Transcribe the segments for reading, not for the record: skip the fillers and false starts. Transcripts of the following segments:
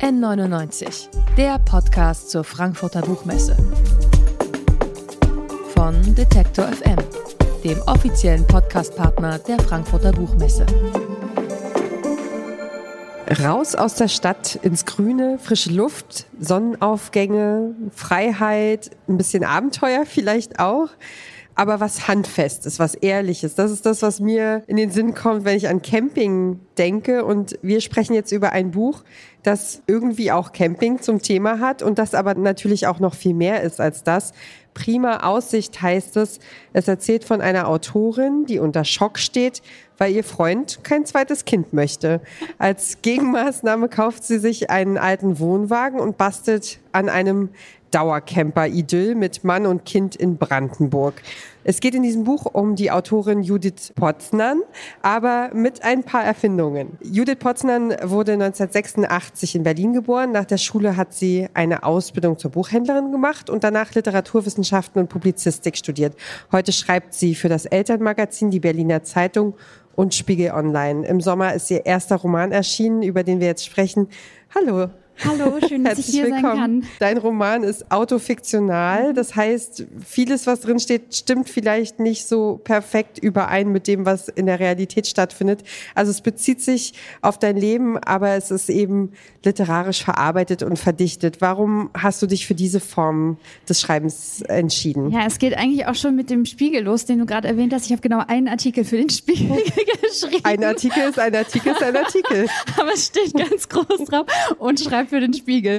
N99, der Podcast zur Frankfurter Buchmesse. Von Detektor FM, dem offiziellen Podcastpartner der Frankfurter Buchmesse. Raus aus der Stadt ins Grüne, frische Luft, Sonnenaufgänge, Freiheit, ein bisschen Abenteuer vielleicht auch. Aber was Handfestes, was Ehrliches, das ist das, was mir in den Sinn kommt, wenn ich an Camping denke. Und wir sprechen jetzt über ein Buch, das irgendwie auch Camping zum Thema hat und das aber natürlich auch noch viel mehr ist als das. Prima Aussicht heißt es. Es erzählt von einer Autorin, die unter Schock steht, weil ihr Freund kein zweites Kind möchte. Als Gegenmaßnahme kauft sie sich einen alten Wohnwagen und bastelt an einem Dauercamper-Idyll mit Mann und Kind in Brandenburg. Es geht in diesem Buch um die Autorin Judith Poznań, aber mit ein paar Erfindungen. Judith Poznań wurde 1986 in Berlin geboren. Nach der Schule hat sie eine Ausbildung zur Buchhändlerin gemacht und danach Literaturwissenschaften und Publizistik studiert. Heute schreibt sie für das Elternmagazin, die Berliner Zeitung und Spiegel Online. Im Sommer ist ihr erster Roman erschienen, über den wir jetzt sprechen. Hallo. Hallo, schön, dass ich hier sein kann. Dein Roman ist autofiktional, das heißt, vieles, was drin steht, stimmt vielleicht nicht so perfekt überein mit dem, was in der Realität stattfindet. Also es bezieht sich auf dein Leben, aber es ist eben literarisch verarbeitet und verdichtet. Warum hast du dich für diese Form des Schreibens entschieden? Ja, es geht eigentlich auch schon mit dem Spiegel los, den du gerade erwähnt hast. Ich habe genau einen Artikel für den Spiegel geschrieben. Ein Artikel ist ein Artikel ist ein Artikel. Aber es steht ganz groß drauf und schreibt für den Spiegel.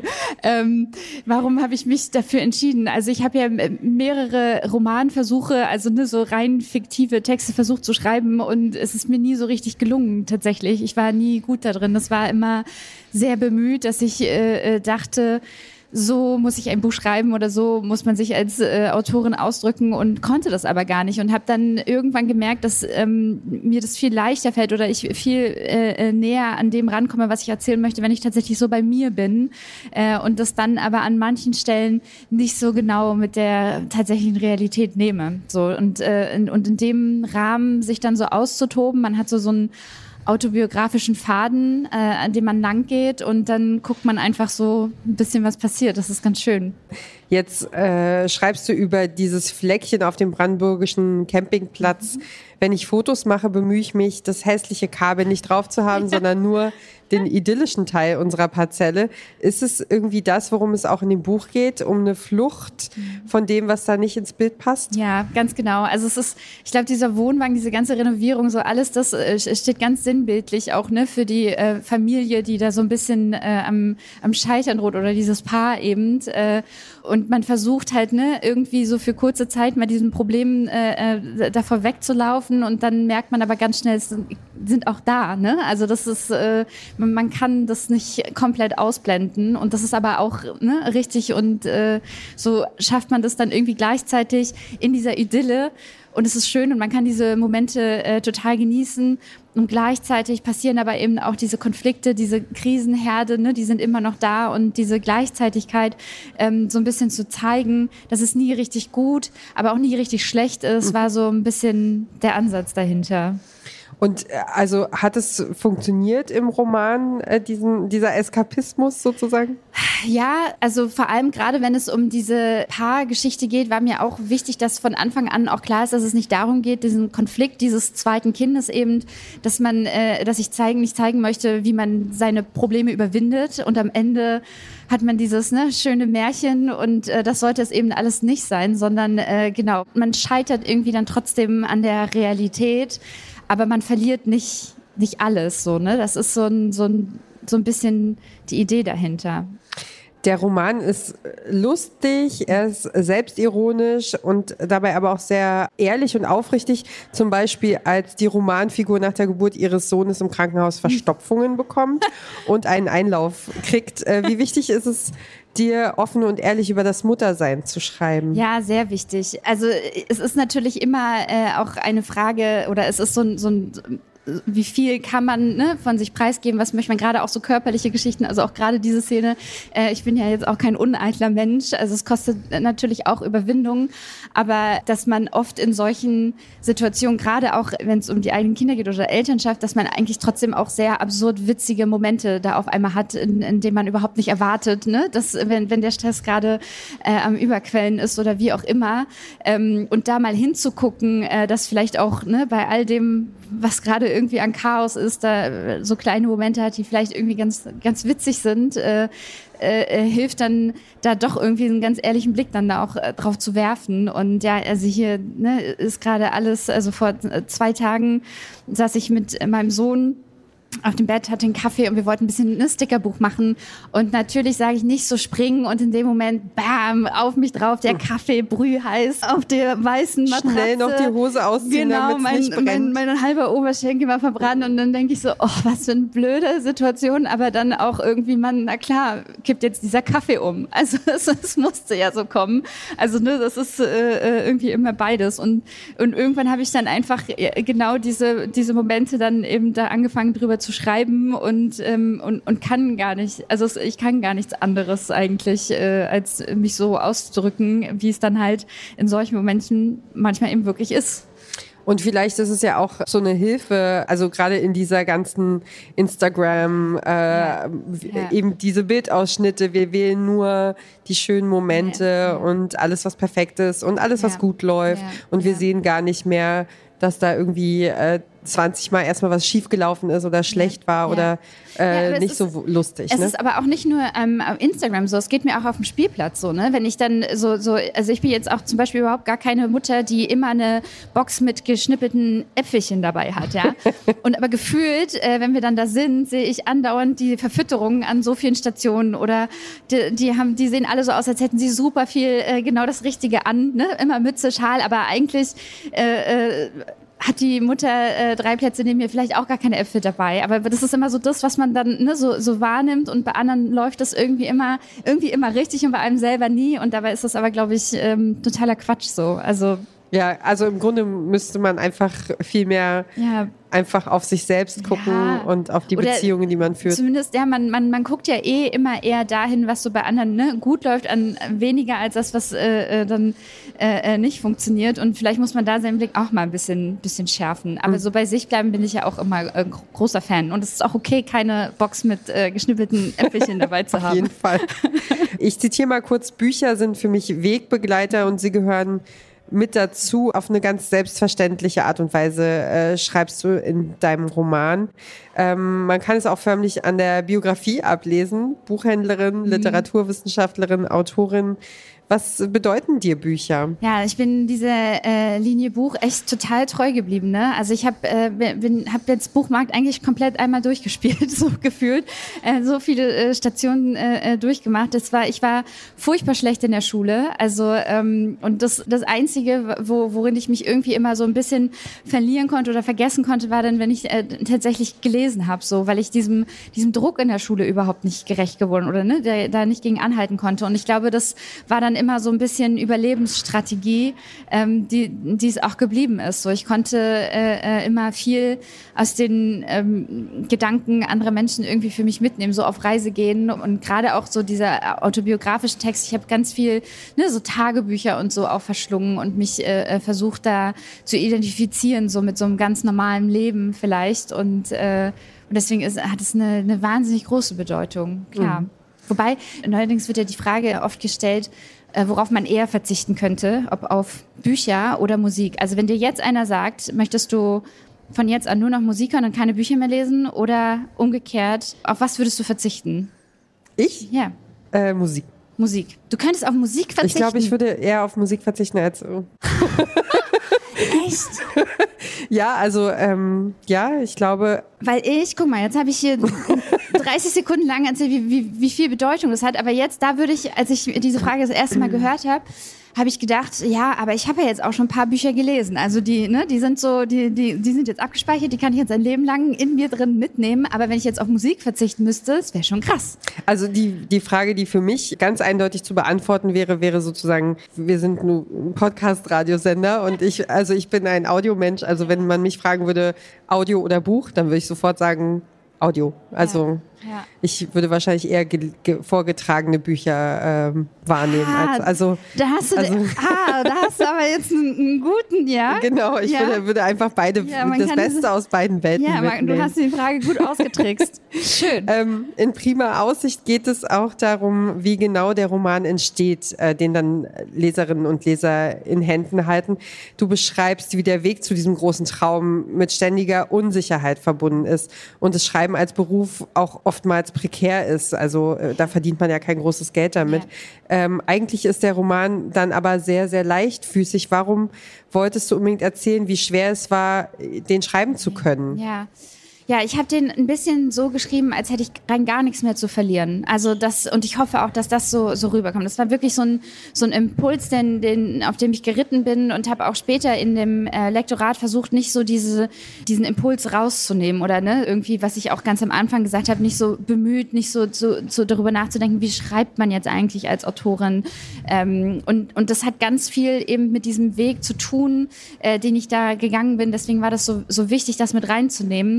Warum habe ich mich dafür entschieden? Also ich habe ja mehrere Romanversuche, also so rein fiktive Texte versucht zu schreiben und es ist mir nie so richtig gelungen tatsächlich. Ich war nie gut da drin. Das war immer sehr bemüht, dass ich dachte, so muss ich ein Buch schreiben oder so muss man sich als Autorin ausdrücken und konnte das aber gar nicht und habe dann irgendwann gemerkt, dass mir das viel leichter fällt oder ich viel näher an dem rankomme, was ich erzählen möchte, wenn ich tatsächlich so bei mir bin und das dann aber an manchen Stellen nicht so genau mit der tatsächlichen Realität nehme. So und in dem Rahmen sich dann so auszutoben, man hat so einen autobiografischen Faden, an dem man lang geht und dann guckt man einfach so ein bisschen, was passiert. Das ist ganz schön. Jetzt schreibst du über dieses Fleckchen auf dem brandenburgischen Campingplatz. Wenn ich Fotos mache, bemühe ich mich, das hässliche Kabel nicht drauf zu haben, sondern nur den idyllischen Teil unserer Parzelle. Ist es irgendwie das, worum es auch in dem Buch geht, um eine Flucht von dem, was da nicht ins Bild passt? Ja, ganz genau. Also es ist, ich glaube, dieser Wohnwagen, diese ganze Renovierung, so alles, das steht ganz sinnbildlich auch für die Familie, die da so ein bisschen am Scheitern droht oder dieses Paar eben. Und man versucht halt irgendwie so für kurze Zeit mal diesen Problemen davor wegzulaufen und dann merkt man aber ganz schnell, es sind auch da. Also das ist, man kann das nicht komplett ausblenden und das ist aber auch richtig und so schafft man das dann irgendwie gleichzeitig in dieser Idylle und es ist schön und man kann diese Momente total genießen. Und gleichzeitig passieren aber eben auch diese Konflikte, diese Krisenherde, die sind immer noch da und diese Gleichzeitigkeit so ein bisschen zu zeigen, dass es nie richtig gut, aber auch nie richtig schlecht ist, war so ein bisschen der Ansatz dahinter. Und also hat es funktioniert im Roman, dieser Eskapismus sozusagen? Ja, also vor allem gerade wenn es um diese Paargeschichte geht, war mir auch wichtig, dass von Anfang an auch klar ist, dass es nicht darum geht, diesen Konflikt dieses zweiten Kindes eben, dass ich nicht zeigen möchte, wie man seine Probleme überwindet und am Ende hat man dieses schöne Märchen und das sollte es eben alles nicht sein, sondern genau, man scheitert irgendwie dann trotzdem an der Realität, aber man verliert nicht alles so, Das ist so ein bisschen die Idee dahinter. Der Roman ist lustig, er ist selbstironisch und dabei aber auch sehr ehrlich und aufrichtig. Zum Beispiel, als die Romanfigur nach der Geburt ihres Sohnes im Krankenhaus Verstopfungen bekommt und einen Einlauf kriegt. Wie wichtig ist es dir, offen und ehrlich über das Muttersein zu schreiben? Ja, sehr wichtig. Also es ist natürlich immer auch eine Frage oder es ist so ein wie viel kann man von sich preisgeben, was möchte man, gerade auch so körperliche Geschichten, also auch gerade diese Szene. Ich bin ja jetzt auch kein uneitler Mensch, also es kostet natürlich auch Überwindung, aber dass man oft in solchen Situationen, gerade auch wenn es um die eigenen Kinder geht oder Elternschaft, dass man eigentlich trotzdem auch sehr absurd witzige Momente da auf einmal hat, in denen man überhaupt nicht erwartet, dass wenn der Stress gerade am Überquellen ist oder wie auch immer, und da mal hinzugucken, dass vielleicht auch bei all dem, was gerade irgendwie an Chaos ist, da so kleine Momente hat, die vielleicht irgendwie ganz, ganz witzig sind, hilft dann da doch irgendwie einen ganz ehrlichen Blick dann da auch drauf zu werfen. Und ja, also hier ist gerade alles, also vor 2 Tagen saß ich mit meinem Sohn auf dem Bett, hatte einen Kaffee und wir wollten ein bisschen ein Stickerbuch machen. Und natürlich sage ich nicht so springen und in dem Moment, bam, auf mich drauf, der Kaffee brühheiß auf der weißen Matratze. Schnell noch die Hose ausziehen, genau, damit es nicht brennt. Mein halber Oberschenkel war verbrannt und dann denke ich so, oh, was für eine blöde Situation, aber dann auch irgendwie, na klar, kippt jetzt dieser Kaffee um. Also es musste ja so kommen. Also das ist irgendwie immer beides. Und irgendwann habe ich dann einfach genau diese Momente dann eben da angefangen drüber zu schreiben und kann gar nicht, also ich kann gar nichts anderes eigentlich, als mich so auszudrücken, wie es dann halt in solchen Momenten manchmal eben wirklich ist. Und vielleicht ist es ja auch so eine Hilfe, also gerade in dieser ganzen Instagram, eben diese Bildausschnitte, wir wählen nur die schönen Momente und alles, was perfekt ist und alles, was gut läuft. Und wir sehen gar nicht mehr, dass da irgendwie 20 Mal erstmal was schiefgelaufen ist oder schlecht war oder nicht so lustig. Es ist aber auch nicht nur auf Instagram so, es geht mir auch auf dem Spielplatz so, wenn ich dann so, also ich bin jetzt auch zum Beispiel überhaupt gar keine Mutter, die immer eine Box mit geschnippelten Äpfelchen dabei hat, ja. Und aber gefühlt, wenn wir dann da sind, sehe ich andauernd die Verfütterungen an so vielen Stationen oder die sehen alle so aus, als hätten sie super viel genau das Richtige an, immer Mütze, Schal, aber eigentlich hat die Mutter 3 Plätze neben mir vielleicht auch gar keine Äpfel dabei. Aber das ist immer so das, was man dann so wahrnimmt und bei anderen läuft das irgendwie immer richtig und bei einem selber nie. Und dabei ist das aber, glaube ich, totaler Quatsch so. Also ja, also im Grunde müsste man einfach viel mehr einfach auf sich selbst gucken und auf die Beziehungen, die man führt. Zumindest, man guckt ja immer eher dahin, was so bei anderen gut läuft, an weniger als das, was dann nicht funktioniert. Und vielleicht muss man da seinen Blick auch mal ein bisschen schärfen. Aber so bei sich bleiben bin ich ja auch immer großer Fan. Und es ist auch okay, keine Box mit geschnippelten Äpfelchen dabei zu haben. Auf jeden Fall. Ich zitiere mal kurz, Bücher sind für mich Wegbegleiter und sie gehören mit dazu. Auf eine ganz selbstverständliche Art und Weise schreibst du in deinem Roman. Man kann es auch förmlich an der Biografie ablesen. Buchhändlerin, Literaturwissenschaftlerin, Autorin. Was bedeuten dir Bücher? Ja, ich bin dieser Linie Buch echt total treu geblieben. Ne? Also ich habe jetzt Buchmarkt eigentlich komplett einmal durchgespielt, so gefühlt. So viele Stationen durchgemacht. Ich war furchtbar schlecht in der Schule. Also und das Einzige, worin ich mich irgendwie immer so ein bisschen verlieren konnte oder vergessen konnte, war dann, wenn ich tatsächlich gelesen habe, so, weil ich diesem Druck in der Schule überhaupt nicht gerecht geworden oder der da nicht gegen anhalten konnte. Und ich glaube, das war dann immer so ein bisschen Überlebensstrategie, die es auch geblieben ist. So, ich konnte immer viel aus den Gedanken anderer Menschen irgendwie für mich mitnehmen, so auf Reise gehen und gerade auch so dieser autobiografische Text. Ich habe ganz viel, so Tagebücher und so auch verschlungen und mich versucht da zu identifizieren, so mit so einem ganz normalen Leben vielleicht und deswegen hat es eine wahnsinnig große Bedeutung, klar. Mhm. Wobei, neuerdings wird ja die Frage oft gestellt, worauf man eher verzichten könnte, ob auf Bücher oder Musik. Also wenn dir jetzt einer sagt, möchtest du von jetzt an nur noch Musik hören und keine Bücher mehr lesen oder umgekehrt, auf was würdest du verzichten? Ich? Ja. Musik. Musik. Du könntest auf Musik verzichten? Ich glaube, ich würde eher auf Musik verzichten als so. Echt? Ja, also, ich glaube... Weil guck mal, jetzt habe ich hier 30 Sekunden lang erzählt, wie viel Bedeutung das hat. Aber jetzt, da würde ich, als ich diese Frage das erste Mal gehört habe, habe ich gedacht, ja, aber ich habe ja jetzt auch schon ein paar Bücher gelesen. Also die sind so, die sind jetzt abgespeichert, die kann ich jetzt ein Leben lang in mir drin mitnehmen. Aber wenn ich jetzt auf Musik verzichten müsste, das wäre schon krass. Also die Frage, die für mich ganz eindeutig zu beantworten wäre sozusagen, wir sind ein Podcast-Radiosender und ich bin ein Audiomensch. Also wenn man mich fragen würde, Audio oder Buch, dann würde ich sofort sagen, Audio. Also ich würde wahrscheinlich eher vorgetragene Bücher wahrnehmen. Da hast du aber jetzt einen guten, ja? Genau, ich würde einfach das Beste aus beiden Welten mitnehmen. Du hast die Frage gut ausgetrickst. Schön. In Prima Aussicht geht es auch darum, wie genau der Roman entsteht, den dann Leserinnen und Leser in Händen halten. Du beschreibst, wie der Weg zu diesem großen Traum mit ständiger Unsicherheit verbunden ist und das Schreiben als Beruf auch oftmals prekär ist. Also da verdient man ja kein großes Geld damit. Ja. Eigentlich ist der Roman dann aber sehr, sehr leichtfüßig. Warum wolltest du unbedingt erzählen, wie schwer es war, den schreiben zu können? Ja, ich habe den ein bisschen so geschrieben, als hätte ich rein gar nichts mehr zu verlieren. Und ich hoffe auch, dass das so rüberkommt. Das war wirklich so ein Impuls, auf dem ich geritten bin und habe auch später in dem Lektorat versucht, nicht so diesen Impuls rauszunehmen oder irgendwie, was ich auch ganz am Anfang gesagt habe, nicht so bemüht, nicht so darüber nachzudenken, wie schreibt man jetzt eigentlich als Autorin. Und das hat ganz viel eben mit diesem Weg zu tun, den ich da gegangen bin. Deswegen war das so wichtig, das mit reinzunehmen.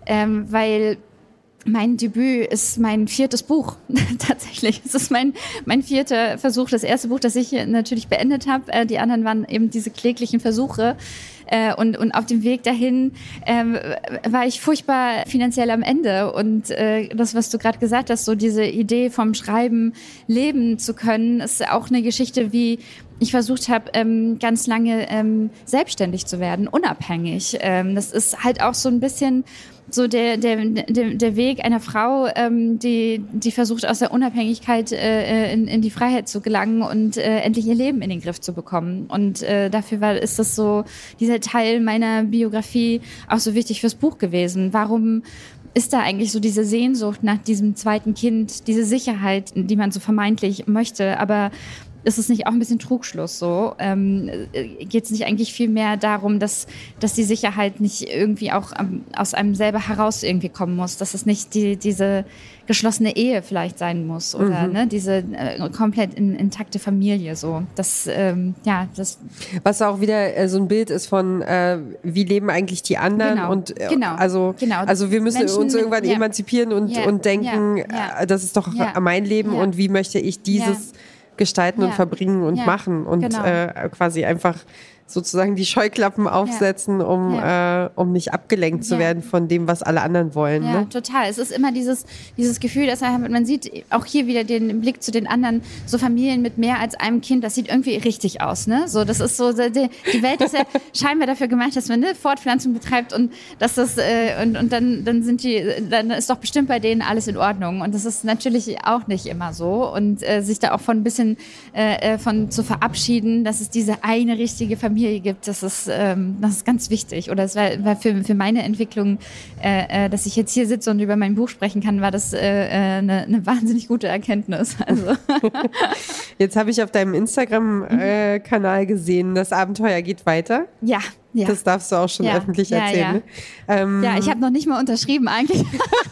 Weil mein Debüt ist mein 4. Buch, tatsächlich. Es ist mein 4. Versuch, das erste Buch, das ich natürlich beendet habe. Die anderen waren eben diese kläglichen Versuche. Und auf dem Weg dahin war ich furchtbar finanziell am Ende. Und das, was du gerade gesagt hast, so diese Idee vom Schreiben leben zu können, ist auch eine Geschichte, wie ich versucht habe, ganz lange selbstständig zu werden, unabhängig. Das ist halt auch so ein bisschen so der Weg einer Frau, die versucht, aus der Unabhängigkeit in die Freiheit zu gelangen und endlich ihr Leben in den Griff zu bekommen. Und dafür ist das so, dieser Teil meiner Biografie auch so wichtig fürs Buch gewesen. Warum ist da eigentlich so diese Sehnsucht nach diesem zweiten Kind, diese Sicherheit, die man so vermeintlich möchte, aber ist es nicht auch ein bisschen Trugschluss so? Geht es nicht eigentlich viel mehr darum, dass die Sicherheit nicht irgendwie auch aus einem selber heraus irgendwie kommen muss, dass es nicht diese geschlossene Ehe vielleicht sein muss oder diese komplett intakte Familie so. Das was auch wieder so ein Bild ist von wie leben eigentlich die anderen genau. Also wir müssen Menschen, uns irgendwann emanzipieren und denken, das ist doch mein Leben und wie möchte ich dieses gestalten und verbringen und machen und quasi einfach sozusagen die Scheuklappen aufsetzen, um nicht abgelenkt zu werden von dem, was alle anderen wollen. Ja, total. Es ist immer dieses Gefühl, dass man sieht auch hier wieder den Blick zu den anderen, so Familien mit mehr als einem Kind, das sieht irgendwie richtig aus, ne? So, das ist so, die Welt ist ja scheinbar dafür gemacht, dass man Fortpflanzung betreibt und dass das, und dann ist doch bestimmt bei denen alles in Ordnung. Und das ist natürlich auch nicht immer so. Und sich da auch von ein bisschen von zu verabschieden, dass es diese eine richtige Familie gibt, das ist ganz wichtig. Oder es war für meine Entwicklung, dass ich jetzt hier sitze und über mein Buch sprechen kann, war das eine wahnsinnig gute Erkenntnis. Also. Jetzt habe ich auf deinem Instagram-Kanal gesehen, das Abenteuer geht weiter. Ja. Ja. Das darfst du auch schon öffentlich erzählen. Ja. Ne? Ich habe noch nicht mal unterschrieben eigentlich.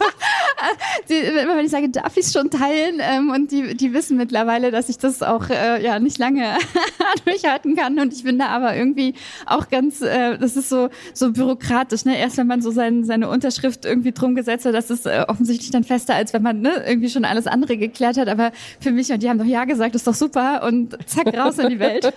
Immer wenn ich sage, darf ich es schon teilen? Und die wissen mittlerweile, dass ich das auch nicht lange durchhalten kann. Und ich bin da aber irgendwie auch ganz, das ist so bürokratisch. Ne? Erst wenn man so seine Unterschrift irgendwie drum gesetzt hat, das ist offensichtlich dann fester, als wenn man irgendwie schon alles andere geklärt hat. Aber für mich, und die haben doch ja gesagt, ist doch super. Und zack, raus in die Welt.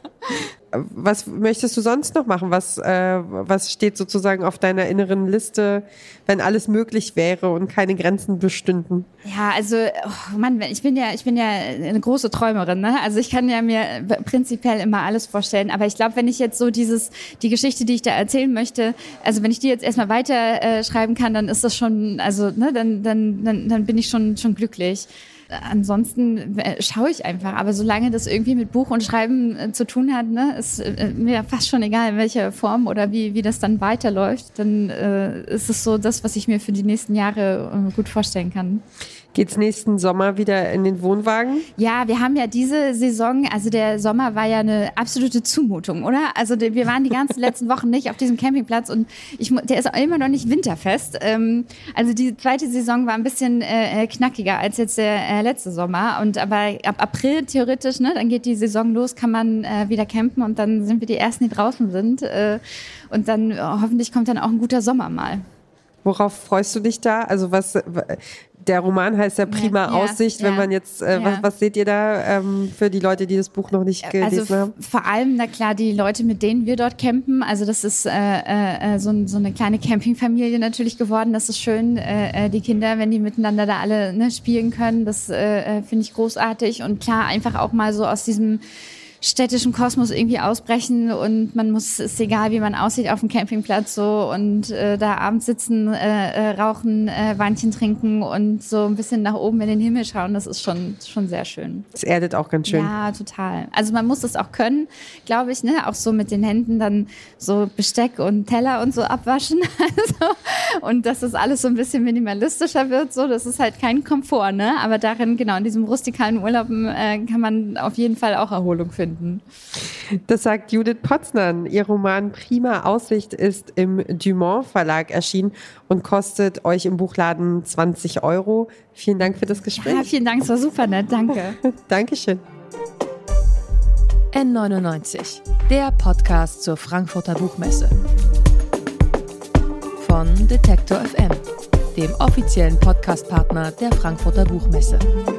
Was möchtest du sonst noch machen? Was steht sozusagen auf deiner inneren Liste, wenn alles möglich wäre und keine Grenzen bestünden? Ja, also, ich bin ja eine große Träumerin, ne? Also ich kann ja mir prinzipiell immer alles vorstellen, aber ich glaube, wenn ich jetzt so die Geschichte, die ich da erzählen möchte, also wenn ich die jetzt erstmal weiter schreiben kann, dann ist das schon, also, ne, dann bin ich schon glücklich. ansonsten schaue ich einfach. Aber solange das irgendwie mit Buch und Schreiben zu tun hat, ne, ist mir fast schon egal, in welcher Form oder wie das dann weiterläuft, dann ist es so das, was ich mir für die nächsten Jahre gut vorstellen kann. Geht's nächsten Sommer wieder in den Wohnwagen? Ja, wir haben ja diese Saison, also der Sommer war ja eine absolute Zumutung, oder? Also wir waren die ganzen letzten Wochen nicht auf diesem Campingplatz und der ist auch immer noch nicht winterfest. Also die zweite Saison war ein bisschen knackiger als jetzt der letzte Sommer. Aber ab April theoretisch, ne, dann geht die Saison los, kann man wieder campen und dann sind wir die Ersten, die draußen sind. Und dann hoffentlich kommt dann auch ein guter Sommer mal. Worauf freust du dich da? Also der Roman heißt ja Prima Aussicht, wenn man jetzt, was seht ihr da für die Leute, die das Buch noch nicht gelesen haben? Vor allem, na klar, die Leute, mit denen wir dort campen, also das ist so eine kleine Campingfamilie natürlich geworden, das ist schön, die Kinder, wenn die miteinander da alle spielen können, das finde ich großartig und klar, einfach auch mal so aus diesem städtischen Kosmos irgendwie ausbrechen und man ist egal, wie man aussieht auf dem Campingplatz so und da abends sitzen, rauchen, Weinchen trinken und so ein bisschen nach oben in den Himmel schauen, das ist schon sehr schön. Das erdet auch ganz schön. Ja, total. Also man muss das auch können, glaube ich, ne? Auch so mit den Händen dann so Besteck und Teller und so abwaschen also, und dass das alles so ein bisschen minimalistischer wird, so, das ist halt kein Komfort, ne? Aber darin, genau, in diesem rustikalen Urlauben kann man auf jeden Fall auch Erholung finden. Das sagt Judith Poznann. Ihr Roman Prima Aussicht ist im Dumont Verlag erschienen und kostet euch im Buchladen 20 €. Vielen Dank für das Gespräch. Ja, vielen Dank, es war super nett. Danke. Dankeschön. N99, der Podcast zur Frankfurter Buchmesse. Von Detektor FM, dem offiziellen Podcastpartner der Frankfurter Buchmesse.